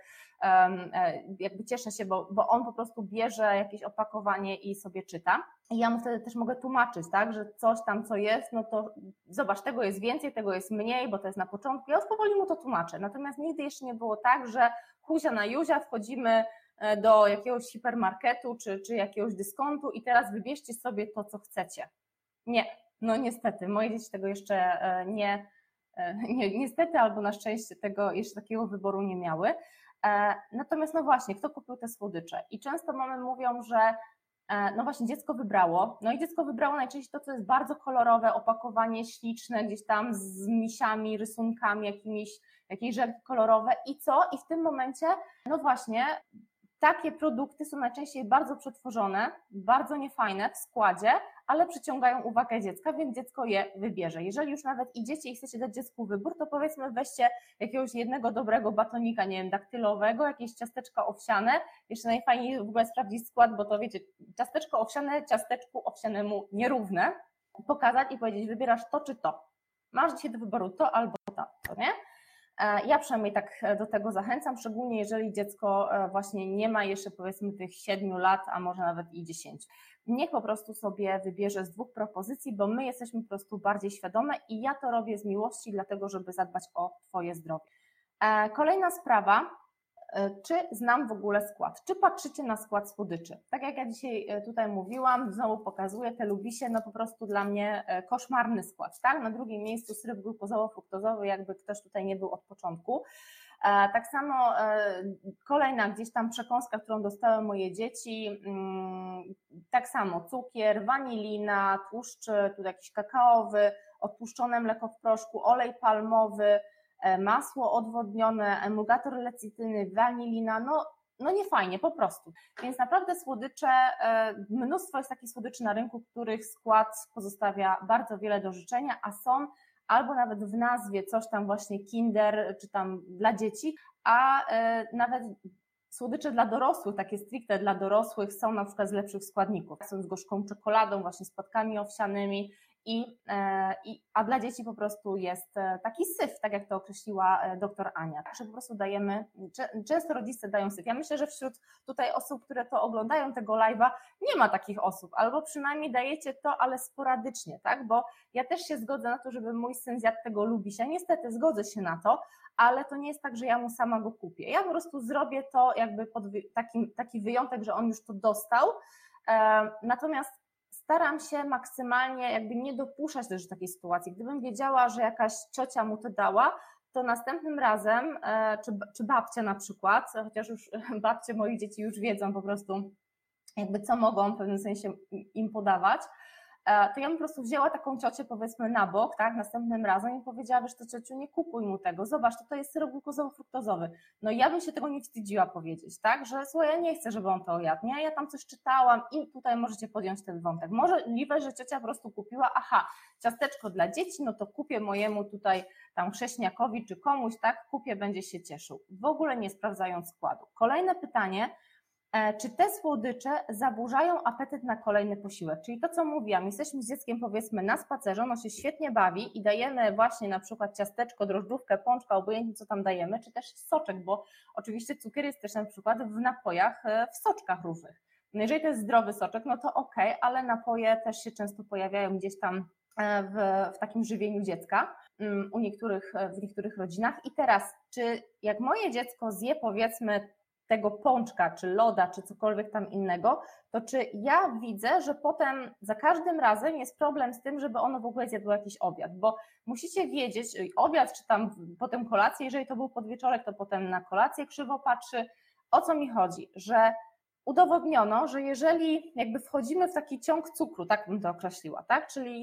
jakby cieszę się, bo on po prostu bierze jakieś opakowanie i sobie czyta. I ja mu wtedy też mogę tłumaczyć, tak, że coś tam, co jest, no to zobacz, tego jest więcej, tego jest mniej, bo to jest na początku. Ja już powoli mu to tłumaczę. Natomiast nigdy jeszcze nie było tak, że huzia na juzia wchodzimy do jakiegoś hipermarketu czy jakiegoś dyskontu i teraz wybierzcie sobie to, co chcecie. Nie, no niestety, moje dzieci tego jeszcze niestety albo na szczęście tego jeszcze takiego wyboru nie miały. Natomiast no właśnie, kto kupił te słodycze? I często mamy mówią, że no właśnie dziecko wybrało, no i dziecko wybrało najczęściej to, co jest bardzo kolorowe, opakowanie śliczne, gdzieś tam z misiami, rysunkami, jakieś żelki kolorowe i co? I w tym momencie, no właśnie, takie produkty są najczęściej bardzo przetworzone, bardzo niefajne w składzie, ale przyciągają uwagę dziecka, więc dziecko je wybierze. Jeżeli już nawet idziecie i chcecie dać dziecku wybór, to powiedzmy weźcie jakiegoś jednego dobrego batonika, nie wiem, daktylowego, jakieś ciasteczka owsiane. Jeszcze najfajniej w ogóle sprawdzić skład, bo to wiecie, ciasteczko owsiane ciasteczku owsianemu nierówne. Pokazać i powiedzieć, wybierasz to czy to. Masz dzisiaj do wyboru to albo to, nie? Ja przynajmniej tak do tego zachęcam, szczególnie jeżeli dziecko właśnie nie ma jeszcze powiedzmy tych 7 lat, a może nawet i 10. Niech po prostu sobie wybierze z 2 propozycji, bo my jesteśmy po prostu bardziej świadome i ja to robię z miłości, dlatego żeby zadbać o Twoje zdrowie. Kolejna sprawa, czy znam w ogóle skład? Czy patrzycie na skład słodyczy? Tak jak ja dzisiaj tutaj mówiłam, znowu pokazuję, te lubisie, no po prostu dla mnie koszmarny skład, tak? Na drugim miejscu syrop glukozowo-fruktozowy, jakby ktoś tutaj nie był od początku. Tak samo kolejna gdzieś tam przekąska, którą dostały moje dzieci, tak samo cukier, wanilina, tłuszcz, tu jakiś kakaowy, odtłuszczone mleko w proszku, olej palmowy, masło odwodnione, emulgator lecytyny, wanilina, no nie fajnie, po prostu. Więc naprawdę słodycze, mnóstwo jest takich słodyczy na rynku, których skład pozostawia bardzo wiele do życzenia, a są albo nawet w nazwie coś tam właśnie Kinder, czy tam dla dzieci, a nawet słodycze dla dorosłych, takie stricte dla dorosłych są na przykład z lepszych składników. Są z gorzką czekoladą, właśnie z płatkami owsianymi, a dla dzieci po prostu jest taki syf, tak jak to określiła dr Ania, że po prostu dajemy, często rodzice dają syf. Ja myślę, że wśród tutaj osób, które to oglądają tego live'a, nie ma takich osób, albo przynajmniej dajecie to, ale sporadycznie, tak, bo ja też się zgodzę na to, żeby mój syn zjadł tego lubisia, niestety zgodzę się na to, ale to nie jest tak, że ja mu sama go kupię. Ja po prostu zrobię to jakby taki wyjątek, że on już to dostał, natomiast staram się maksymalnie jakby nie dopuszczać też do takiej sytuacji. Gdybym wiedziała, że jakaś ciocia mu to dała, to następnym razem, czy babcia na przykład, chociaż już babcie moich dzieci już wiedzą po prostu jakby co mogą w pewnym sensie im podawać, to ja bym po prostu wzięła taką ciocię powiedzmy na bok, tak, następnym razem i powiedziała, wiesz to ciociu, nie kupuj mu tego, zobacz, to jest syrop glukozowo-fruktozowy. No i ja bym się tego nie wstydziła powiedzieć, tak, że słuchaj, ja nie chcę, żeby on to jadł, nie, ja tam coś czytałam i tutaj możecie podjąć ten wątek. Możliwe, że ciocia po prostu kupiła, ciasteczko dla dzieci, no to kupię mojemu tutaj tam chrześniakowi czy komuś, tak, kupię, będzie się cieszył, w ogóle nie sprawdzając składu. Kolejne pytanie, czy te słodycze zaburzają apetyt na kolejny posiłek? Czyli to, co mówiłam, jesteśmy z dzieckiem powiedzmy na spacerze, ono się świetnie bawi i dajemy właśnie na przykład ciasteczko, drożdżówkę, pączka, obojętnie co tam dajemy, czy też soczek, bo oczywiście cukier jest też na przykład w napojach, w soczkach różnych. No jeżeli to jest zdrowy soczek, no to okej, ale napoje też się często pojawiają gdzieś tam w takim żywieniu dziecka w niektórych rodzinach. I teraz, czy jak moje dziecko zje powiedzmy tego pączka, czy loda, czy cokolwiek tam innego, to czy ja widzę, że potem za każdym razem jest problem z tym, żeby ono w ogóle zjadło jakiś obiad, bo musicie wiedzieć, obiad, czy tam potem kolację, jeżeli to był podwieczorek, to potem na kolację krzywo patrzy. O co mi chodzi? Że udowodniono, że jeżeli jakby wchodzimy w taki ciąg cukru, tak bym to określiła, tak, czyli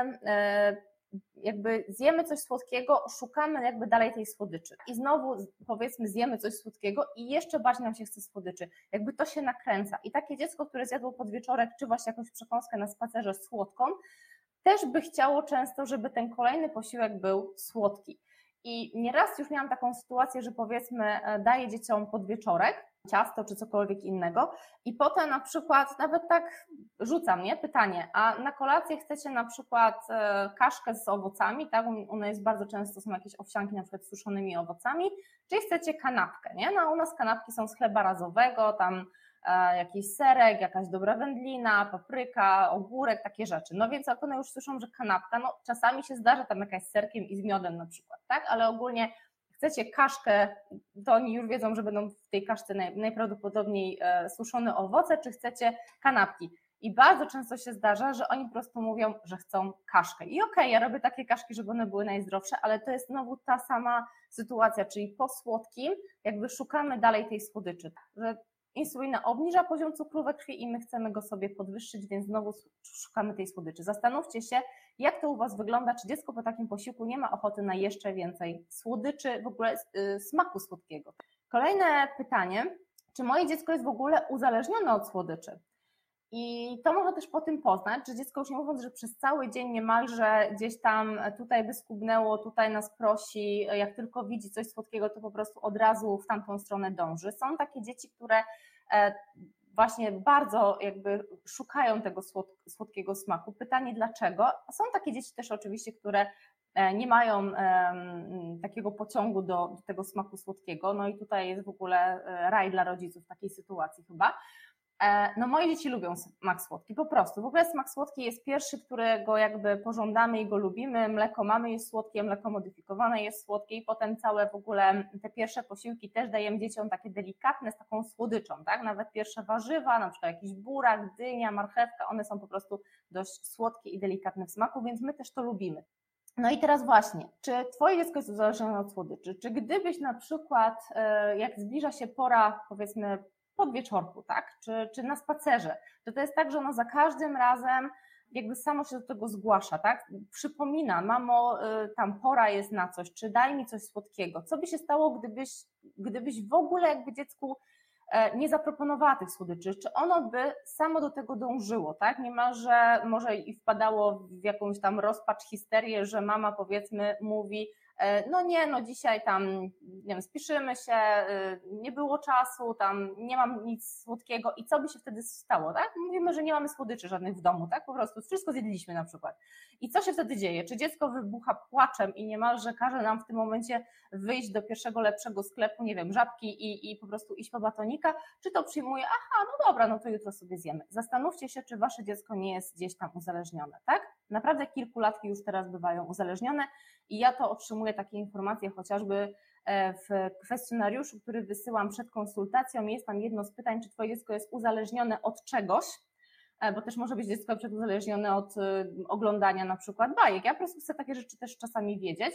zjemy coś słodkiego, szukamy jakby dalej tej słodyczy i znowu powiedzmy zjemy coś słodkiego i jeszcze bardziej nam się chce słodyczy, jakby to się nakręca i takie dziecko, które zjadło podwieczorek czy właśnie jakąś przekąskę na spacerze słodką, też by chciało często, żeby ten kolejny posiłek był słodki. I nieraz już miałam taką sytuację, że powiedzmy daję dzieciom podwieczorek, ciasto czy cokolwiek innego i potem na przykład nawet tak rzucam, nie? Pytanie, a na kolację chcecie na przykład kaszkę z owocami, tak? One jest bardzo często, są jakieś owsianki na przykład z suszonymi owocami, czy chcecie kanapkę, nie? No u nas kanapki są z chleba razowego, tam jakiś serek, jakaś dobra wędlina, papryka, ogórek, takie rzeczy. No więc jak one już słyszą, że kanapka, no czasami się zdarza tam jakaś z serkiem i z miodem na przykład, tak? Ale ogólnie chcecie kaszkę, to oni już wiedzą, że będą w tej kaszce najprawdopodobniej suszone owoce, czy chcecie kanapki. I bardzo często się zdarza, że oni po prostu mówią, że chcą kaszkę. I okej, ja robię takie kaszki, żeby one były najzdrowsze, ale to jest znowu ta sama sytuacja, czyli po słodkim jakby szukamy dalej tej słodyczy, że insulina obniża poziom cukru we krwi i my chcemy go sobie podwyższyć, więc znowu szukamy tej słodyczy. Zastanówcie się, jak to u Was wygląda, czy dziecko po takim posiłku nie ma ochoty na jeszcze więcej słodyczy, w ogóle smaku słodkiego. Kolejne pytanie, czy moje dziecko jest w ogóle uzależnione od słodyczy? I to można też po tym poznać, że dziecko już nie mówiąc, że przez cały dzień niemalże gdzieś tam tutaj by skubnęło, tutaj nas prosi, jak tylko widzi coś słodkiego, to po prostu od razu w tamtą stronę dąży. Są takie dzieci, które właśnie bardzo jakby szukają tego słodkiego smaku. Pytanie dlaczego? Są takie dzieci też oczywiście, które nie mają takiego pociągu do tego smaku słodkiego, no i tutaj jest w ogóle raj dla rodziców w takiej sytuacji chyba. No moje dzieci lubią smak słodki, po prostu. W ogóle smak słodki jest pierwszy, którego jakby pożądamy i go lubimy. Mleko mamy jest słodkie, mleko modyfikowane jest słodkie i potem całe w ogóle te pierwsze posiłki też dajemy dzieciom takie delikatne z taką słodyczą, tak? Nawet pierwsze warzywa, na przykład jakiś burak, dynia, marchewka, one są po prostu dość słodkie i delikatne w smaku, więc my też to lubimy. No i teraz właśnie, czy Twoje dziecko jest uzależnione od słodyczy? Czy gdybyś na przykład, jak zbliża się pora, powiedzmy, podwieczorku, tak? Czy na spacerze, to jest tak, że ono za każdym razem jakby samo się do tego zgłasza, tak? Przypomina, mamo, tam pora jest na coś, czy daj mi coś słodkiego. Co by się stało, gdybyś w ogóle jakby dziecku nie zaproponowała tych słodyczy, czy ono by samo do tego dążyło, tak? Niemalże może i wpadało w jakąś tam rozpacz, histerię, że mama powiedzmy mówi, no nie, no dzisiaj tam, nie wiem, spieszymy się, nie było czasu, tam nie mam nic słodkiego i co by się wtedy stało, tak? Mówimy, że nie mamy słodyczy żadnych w domu, tak? Po prostu wszystko zjedliśmy na przykład. I co się wtedy dzieje? Czy dziecko wybucha płaczem i niemalże każe nam w tym momencie wyjść do pierwszego lepszego sklepu, nie wiem, żabki i po prostu iść po batonika, czy to przyjmuje, aha, no dobra, no to jutro sobie zjemy. Zastanówcie się, czy wasze dziecko nie jest gdzieś tam uzależnione, tak? Naprawdę kilkulatki już teraz bywają uzależnione i ja to otrzymuję takie informacje chociażby w kwestionariuszu, który wysyłam przed konsultacją. Jest tam jedno z pytań, czy Twoje dziecko jest uzależnione od czegoś, bo też może być dziecko uzależnione od oglądania na przykład bajek. Ja po prostu chcę takie rzeczy też czasami wiedzieć,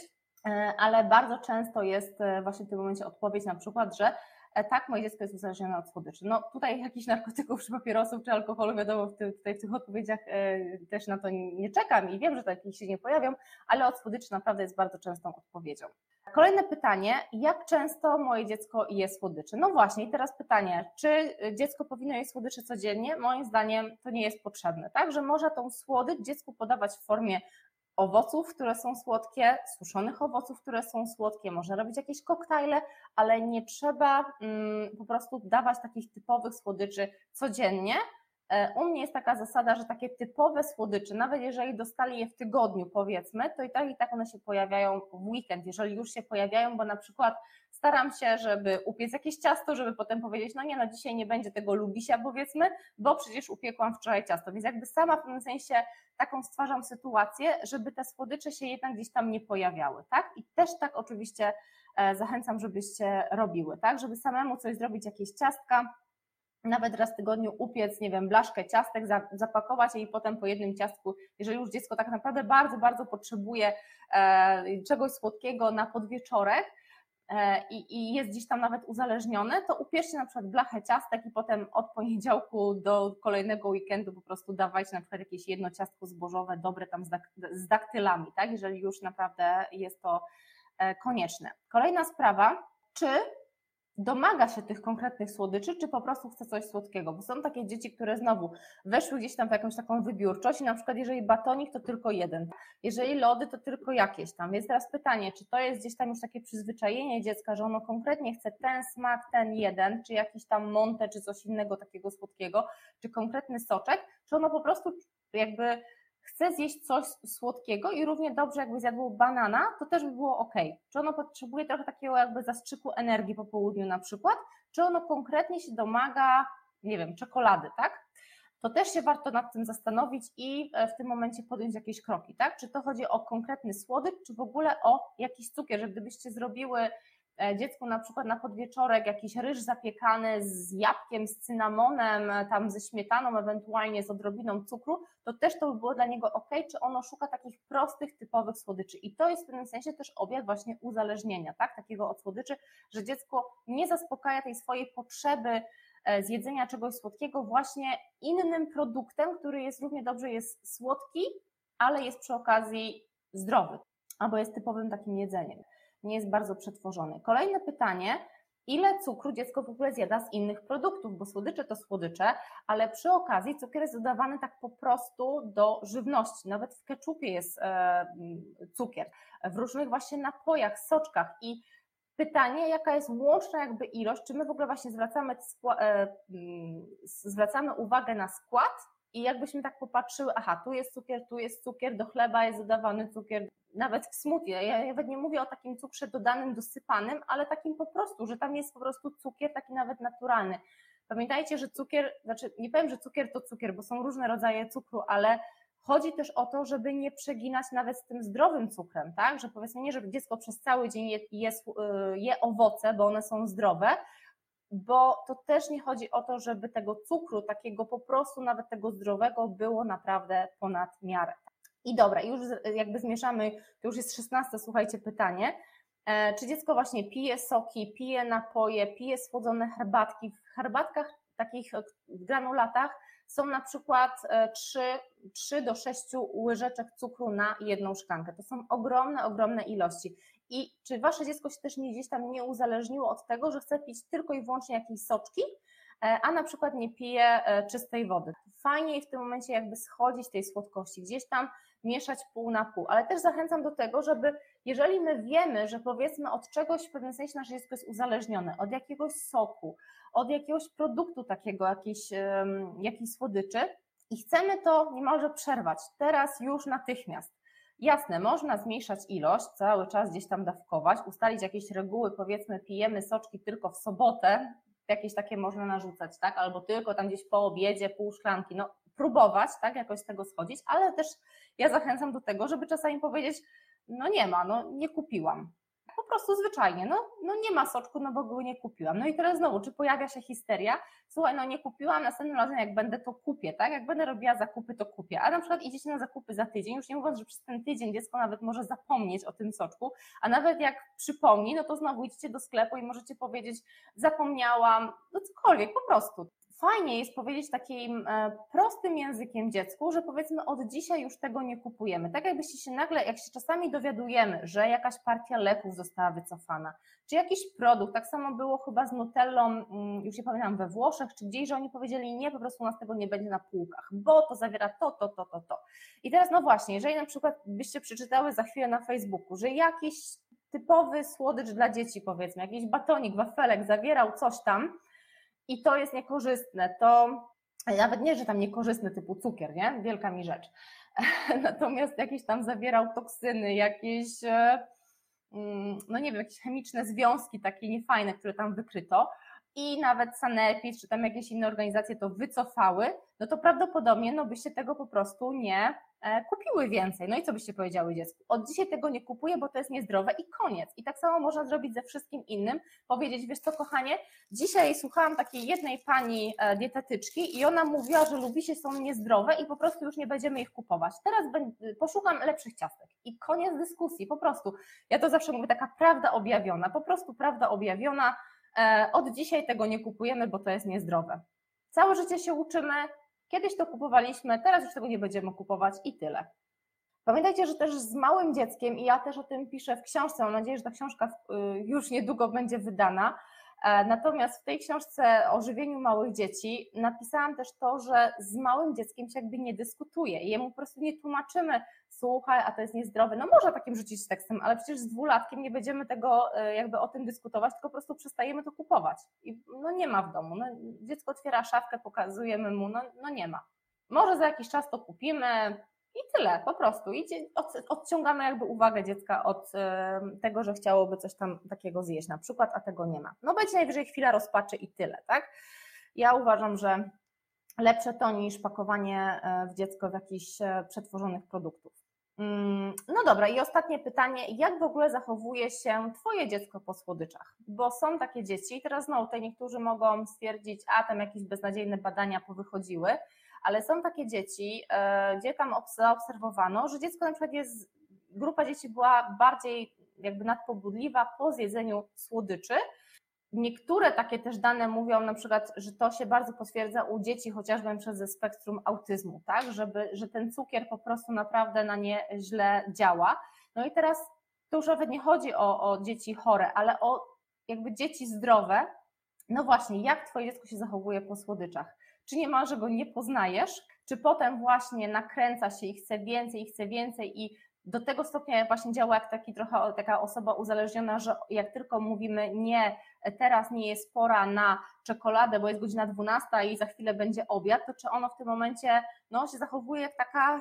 ale bardzo często jest właśnie w tym momencie odpowiedź na przykład, że tak, moje dziecko jest uzależnione od słodyczy. No tutaj jakichś narkotyków, czy papierosów, czy alkoholu, wiadomo, tutaj w tych odpowiedziach też na to nie czekam i wiem, że takie się nie pojawią, ale od słodyczy naprawdę jest bardzo częstą odpowiedzią. Kolejne pytanie, jak często moje dziecko je słodyczy? No właśnie, i teraz pytanie, czy dziecko powinno jeść słodycze codziennie? Moim zdaniem to nie jest potrzebne, tak? Że można tą słodycz dziecku podawać w formie owoców, które są słodkie, suszonych owoców, które są słodkie, można robić jakieś koktajle, ale nie trzeba po prostu dawać takich typowych słodyczy codziennie. U mnie jest taka zasada, że takie typowe słodycze, nawet jeżeli dostali je w tygodniu powiedzmy, to i tak one się pojawiają w weekend, jeżeli już się pojawiają, bo na przykład staram się, żeby upiec jakieś ciasto, żeby potem powiedzieć, no nie, no dzisiaj nie będzie tego lubisia powiedzmy, bo przecież upiekłam wczoraj ciasto, więc jakby sama w pewnym sensie taką stwarzam sytuację, żeby te słodycze się jednak gdzieś tam nie pojawiały, tak? I też tak oczywiście zachęcam, żebyście robiły, tak? Żeby samemu coś zrobić, jakieś ciastka, nawet raz w tygodniu upiec, nie wiem, blaszkę ciastek, zapakować je i potem po jednym ciastku, jeżeli już dziecko tak naprawdę bardzo, bardzo potrzebuje czegoś słodkiego na podwieczorek i jest gdzieś tam nawet uzależnione, to upieszcie na przykład blachę ciastek i potem od poniedziałku do kolejnego weekendu po prostu dawajcie na przykład jakieś jedno ciastko zbożowe, dobre tam z daktylami, tak, jeżeli już naprawdę jest to konieczne. Kolejna sprawa, czy domaga się tych konkretnych słodyczy, czy po prostu chce coś słodkiego, bo są takie dzieci, które znowu weszły gdzieś tam w jakąś taką wybiórczość i na przykład jeżeli batonik, to tylko jeden, jeżeli lody, to tylko jakieś tam, więc teraz pytanie, czy to jest gdzieś tam już takie przyzwyczajenie dziecka, że ono konkretnie chce ten smak, ten jeden, czy jakiś tam montę, czy coś innego takiego słodkiego, czy konkretny soczek, czy ono po prostu jakby chce zjeść coś słodkiego i równie dobrze jakby zjadło banana, to też by było ok. Czy ono potrzebuje trochę takiego jakby zastrzyku energii po południu na przykład, czy ono konkretnie się domaga, nie wiem, czekolady, tak? To też się warto nad tym zastanowić i w tym momencie podjąć jakieś kroki, tak? Czy to chodzi o konkretny słodycz, czy w ogóle o jakiś cukier, że gdybyście zrobiły dziecku na przykład na podwieczorek jakiś ryż zapiekany z jabłkiem, z cynamonem, tam ze śmietaną, ewentualnie z odrobiną cukru, to też to by było dla niego ok, czy ono szuka takich prostych, typowych słodyczy. I to jest w pewnym sensie też objaw właśnie uzależnienia, tak? Takiego od słodyczy, że dziecko nie zaspokaja tej swojej potrzeby zjedzenia czegoś słodkiego właśnie innym produktem, który jest równie dobrze jest słodki, ale jest przy okazji zdrowy, albo jest typowym takim jedzeniem, nie jest bardzo przetworzony. Kolejne pytanie, ile cukru dziecko w ogóle zjada z innych produktów, bo słodycze to słodycze, ale przy okazji cukier jest dodawany tak po prostu do żywności, nawet w keczupie jest cukier, w różnych właśnie napojach, soczkach i pytanie, jaka jest łączna jakby ilość, czy my w ogóle właśnie zwracamy uwagę na skład i jakbyśmy tak popatrzyły, aha, tu jest cukier, do chleba jest dodawany cukier, nawet w smoothie, ja nawet nie mówię o takim cukrze dodanym, dosypanym, ale takim po prostu, że tam jest po prostu cukier taki nawet naturalny. Pamiętajcie, że cukier, znaczy nie powiem, że cukier to cukier, bo są różne rodzaje cukru, ale chodzi też o to, żeby nie przeginać nawet z tym zdrowym cukrem, tak? Że powiedzmy nie, że dziecko przez cały dzień je owoce, bo one są zdrowe, bo to też nie chodzi o to, żeby tego cukru, takiego po prostu nawet tego zdrowego było naprawdę ponad miarę. I dobra, już jakby zmieszamy, to już jest 16, słuchajcie, pytanie. Czy dziecko właśnie pije soki, pije napoje, pije słodzone herbatki? W herbatkach takich w granulatach są na przykład 3 do 6 łyżeczek cukru na jedną szklankę. To są ogromne, ogromne ilości. I czy wasze dziecko się też gdzieś tam nie uzależniło od tego, że chce pić tylko i wyłącznie jakieś soczki, a na przykład nie pije czystej wody? Fajnie w tym momencie jakby schodzić tej słodkości, gdzieś tam mieszać pół na pół, ale też zachęcam do tego, żeby jeżeli my wiemy, że powiedzmy od czegoś w pewnym sensie nasze dziecko jest uzależnione, od jakiegoś soku, od jakiegoś produktu takiego, jakiejś słodyczy i chcemy to niemalże przerwać, teraz już natychmiast. Jasne, można zmniejszać ilość, cały czas gdzieś tam dawkować, ustalić jakieś reguły, powiedzmy pijemy soczki tylko w sobotę, jakieś takie można narzucać, tak, albo tylko tam gdzieś po obiedzie, pół szklanki, no próbować, tak, jakoś z tego schodzić, ale też ja zachęcam do tego, żeby czasami powiedzieć, no nie ma, no nie kupiłam. Po prostu zwyczajnie, no nie ma soczku, no bo go nie kupiłam. No i teraz znowu, czy pojawia się histeria? Słuchaj, no nie kupiłam, następnym razem jak będę, to kupię, tak? Jak będę robiła zakupy, to kupię. A na przykład idziecie na zakupy za tydzień, już nie mówiąc, że przez ten tydzień dziecko nawet może zapomnieć o tym soczku, a nawet jak przypomni, no to znowu idziecie do sklepu i możecie powiedzieć, zapomniałam, no cokolwiek, po prostu. Fajnie jest powiedzieć takim prostym językiem dziecku, że powiedzmy od dzisiaj już tego nie kupujemy. Tak jakbyście się nagle, jak się czasami dowiadujemy, że jakaś partia leków została wycofana, czy jakiś produkt, tak samo było chyba z Nutellą, już nie pamiętam, we Włoszech, czy gdzieś, że oni powiedzieli nie, po prostu u nas tego nie będzie na półkach, bo to zawiera to. I teraz no właśnie, jeżeli na przykład byście przeczytały za chwilę na Facebooku, że jakiś typowy słodycz dla dzieci powiedzmy, jakiś batonik, wafelek zawierał coś tam, i to jest niekorzystne, to nawet nie, że tam niekorzystne typu cukier, nie? Wielka mi rzecz. Natomiast jakieś tam zawierał toksyny, jakieś, no nie wiem, jakieś chemiczne związki takie niefajne, które tam wykryto i nawet Sanepid, czy tam jakieś inne organizacje to wycofały, no to prawdopodobnie no byście tego po prostu nie kupiły więcej. No i co byście powiedziały dziecku? Od dzisiaj tego nie kupuję, bo to jest niezdrowe i koniec. I tak samo można zrobić ze wszystkim innym, powiedzieć, wiesz co kochanie, dzisiaj słuchałam takiej jednej pani dietetyczki i ona mówiła, że lubisie są niezdrowe i po prostu już nie będziemy ich kupować. Teraz poszukam lepszych ciastek i koniec dyskusji, po prostu. Ja to zawsze mówię, taka prawda objawiona, po prostu prawda objawiona, od dzisiaj tego nie kupujemy, bo to jest niezdrowe. Całe życie się uczymy, kiedyś to kupowaliśmy, teraz już tego nie będziemy kupować i tyle. Pamiętajcie, że też z małym dzieckiem, i ja też o tym piszę w książce, mam nadzieję, że ta książka już niedługo będzie wydana, Natomiast w tej książce o żywieniu małych dzieci napisałam też to, że z małym dzieckiem się jakby nie dyskutuje. Jemu po prostu nie tłumaczymy, słuchaj, a to jest niezdrowe. No można takim rzucić tekstem, ale przecież z 2-latkiem nie będziemy tego jakby o tym dyskutować, tylko po prostu przestajemy to kupować. I no nie ma w domu. No, dziecko otwiera szafkę, pokazujemy mu, no nie ma. Może za jakiś czas to kupimy i tyle, po prostu. I odciągamy jakby uwagę dziecka od tego, że chciałoby coś tam takiego zjeść na przykład, a tego nie ma. No będzie najwyżej chwila rozpaczy i tyle, tak? Ja uważam, że lepsze to niż pakowanie w dziecko w jakichś przetworzonych produktów. No dobra, i ostatnie pytanie, jak w ogóle zachowuje się Twoje dziecko po słodyczach? Bo są takie dzieci, teraz znowu tutaj niektórzy mogą stwierdzić, a tam jakieś beznadziejne badania powychodziły, ale są takie dzieci, gdzie tam zaobserwowano, że dziecko na przykład grupa dzieci była bardziej jakby nadpobudliwa po zjedzeniu słodyczy. Niektóre takie też dane mówią na przykład, że to się bardzo potwierdza u dzieci chociażby ze spektrum autyzmu, tak, że ten cukier po prostu naprawdę na nie źle działa. No i teraz to już nawet nie chodzi o dzieci chore, ale o jakby dzieci zdrowe. No właśnie, jak Twoje dziecko się zachowuje po słodyczach? Czy niemalże go nie poznajesz, czy potem właśnie nakręca się i chce więcej i do tego stopnia właśnie działa jak taka osoba uzależniona, że jak tylko mówimy nie, teraz nie jest pora na czekoladę, bo jest godzina 12 i za chwilę będzie obiad, to czy ono w tym momencie się zachowuje jak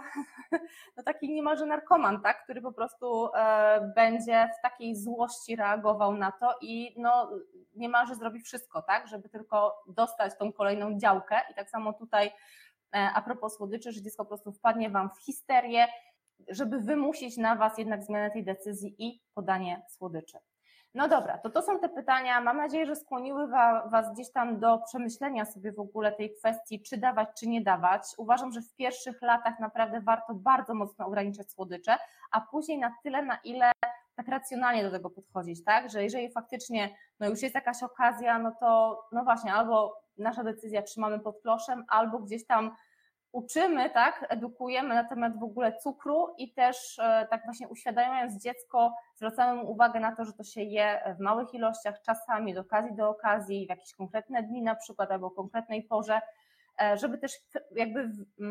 taki niemalże narkoman, tak, który po prostu będzie w takiej złości reagował na to i niemalże zrobi wszystko, tak, żeby tylko dostać tą kolejną działkę. I tak samo tutaj a propos słodyczy, że dziecko po prostu wpadnie Wam w histerię, żeby wymusić na Was jednak zmianę tej decyzji i podanie słodyczy. No dobra, to są te pytania. Mam nadzieję, że skłoniły Was gdzieś tam do przemyślenia sobie w ogóle tej kwestii, czy dawać, czy nie dawać. Uważam, że w pierwszych latach naprawdę warto bardzo mocno ograniczać słodycze, a później na tyle, na ile tak racjonalnie do tego podchodzić, tak? Że jeżeli faktycznie już jest jakaś okazja, no to właśnie albo nasza decyzja trzymamy pod kloszem, albo gdzieś tam uczymy, tak, edukujemy na temat w ogóle cukru i też tak właśnie uświadamiając dziecko, zwracamy mu uwagę na to, że to się je w małych ilościach, czasami, od okazji do okazji, w jakieś konkretne dni na przykład albo o konkretnej porze, żeby też jakby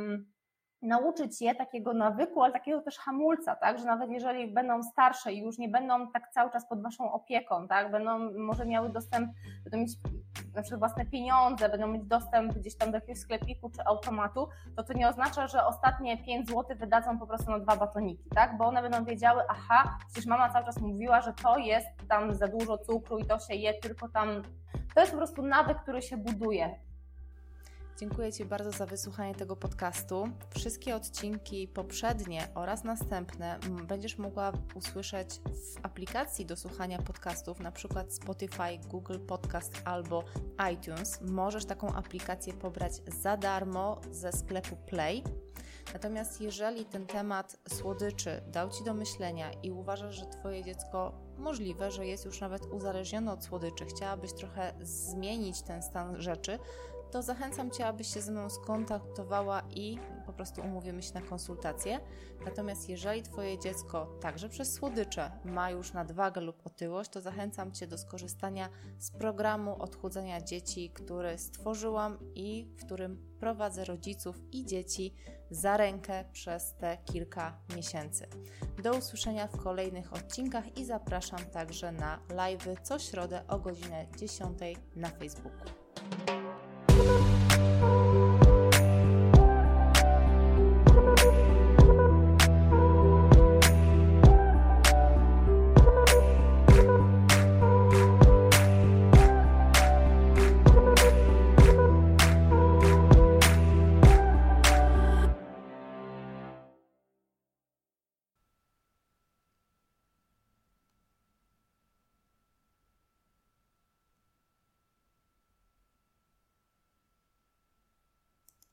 nauczyć je takiego nawyku, ale takiego też hamulca, tak, że nawet jeżeli będą starsze i już nie będą tak cały czas pod Waszą opieką, tak, będą może miały dostęp, będą mieć na przykład własne pieniądze, będą mieć dostęp gdzieś tam do jakiegoś sklepiku czy automatu, to nie oznacza, że ostatnie 5 zł wydadzą po prostu na 2 batoniki, tak, bo one będą wiedziały, aha, przecież mama cały czas mówiła, że to jest tam za dużo cukru i to się je tylko tam, to jest po prostu nawyk, który się buduje.
Dziękuję Ci bardzo za wysłuchanie tego podcastu. Wszystkie odcinki poprzednie oraz następne będziesz mogła usłyszeć w aplikacji do słuchania podcastów, na przykład Spotify, Google Podcast albo iTunes. Możesz taką aplikację pobrać za darmo ze sklepu Play. Natomiast jeżeli ten temat słodyczy dał Ci do myślenia i uważasz, że Twoje dziecko możliwe, że jest już nawet uzależnione od słodyczy, chciałabyś trochę zmienić ten stan rzeczy, to zachęcam Cię, abyś się ze mną skontaktowała i po prostu umówimy się na konsultację. Natomiast jeżeli Twoje dziecko także przez słodycze ma już nadwagę lub otyłość, to zachęcam Cię do skorzystania z programu odchudzania dzieci, który stworzyłam i w którym prowadzę rodziców i dzieci za rękę przez te kilka miesięcy. Do usłyszenia w kolejnych odcinkach i zapraszam także na live'y co środę o godzinie 10 na Facebooku.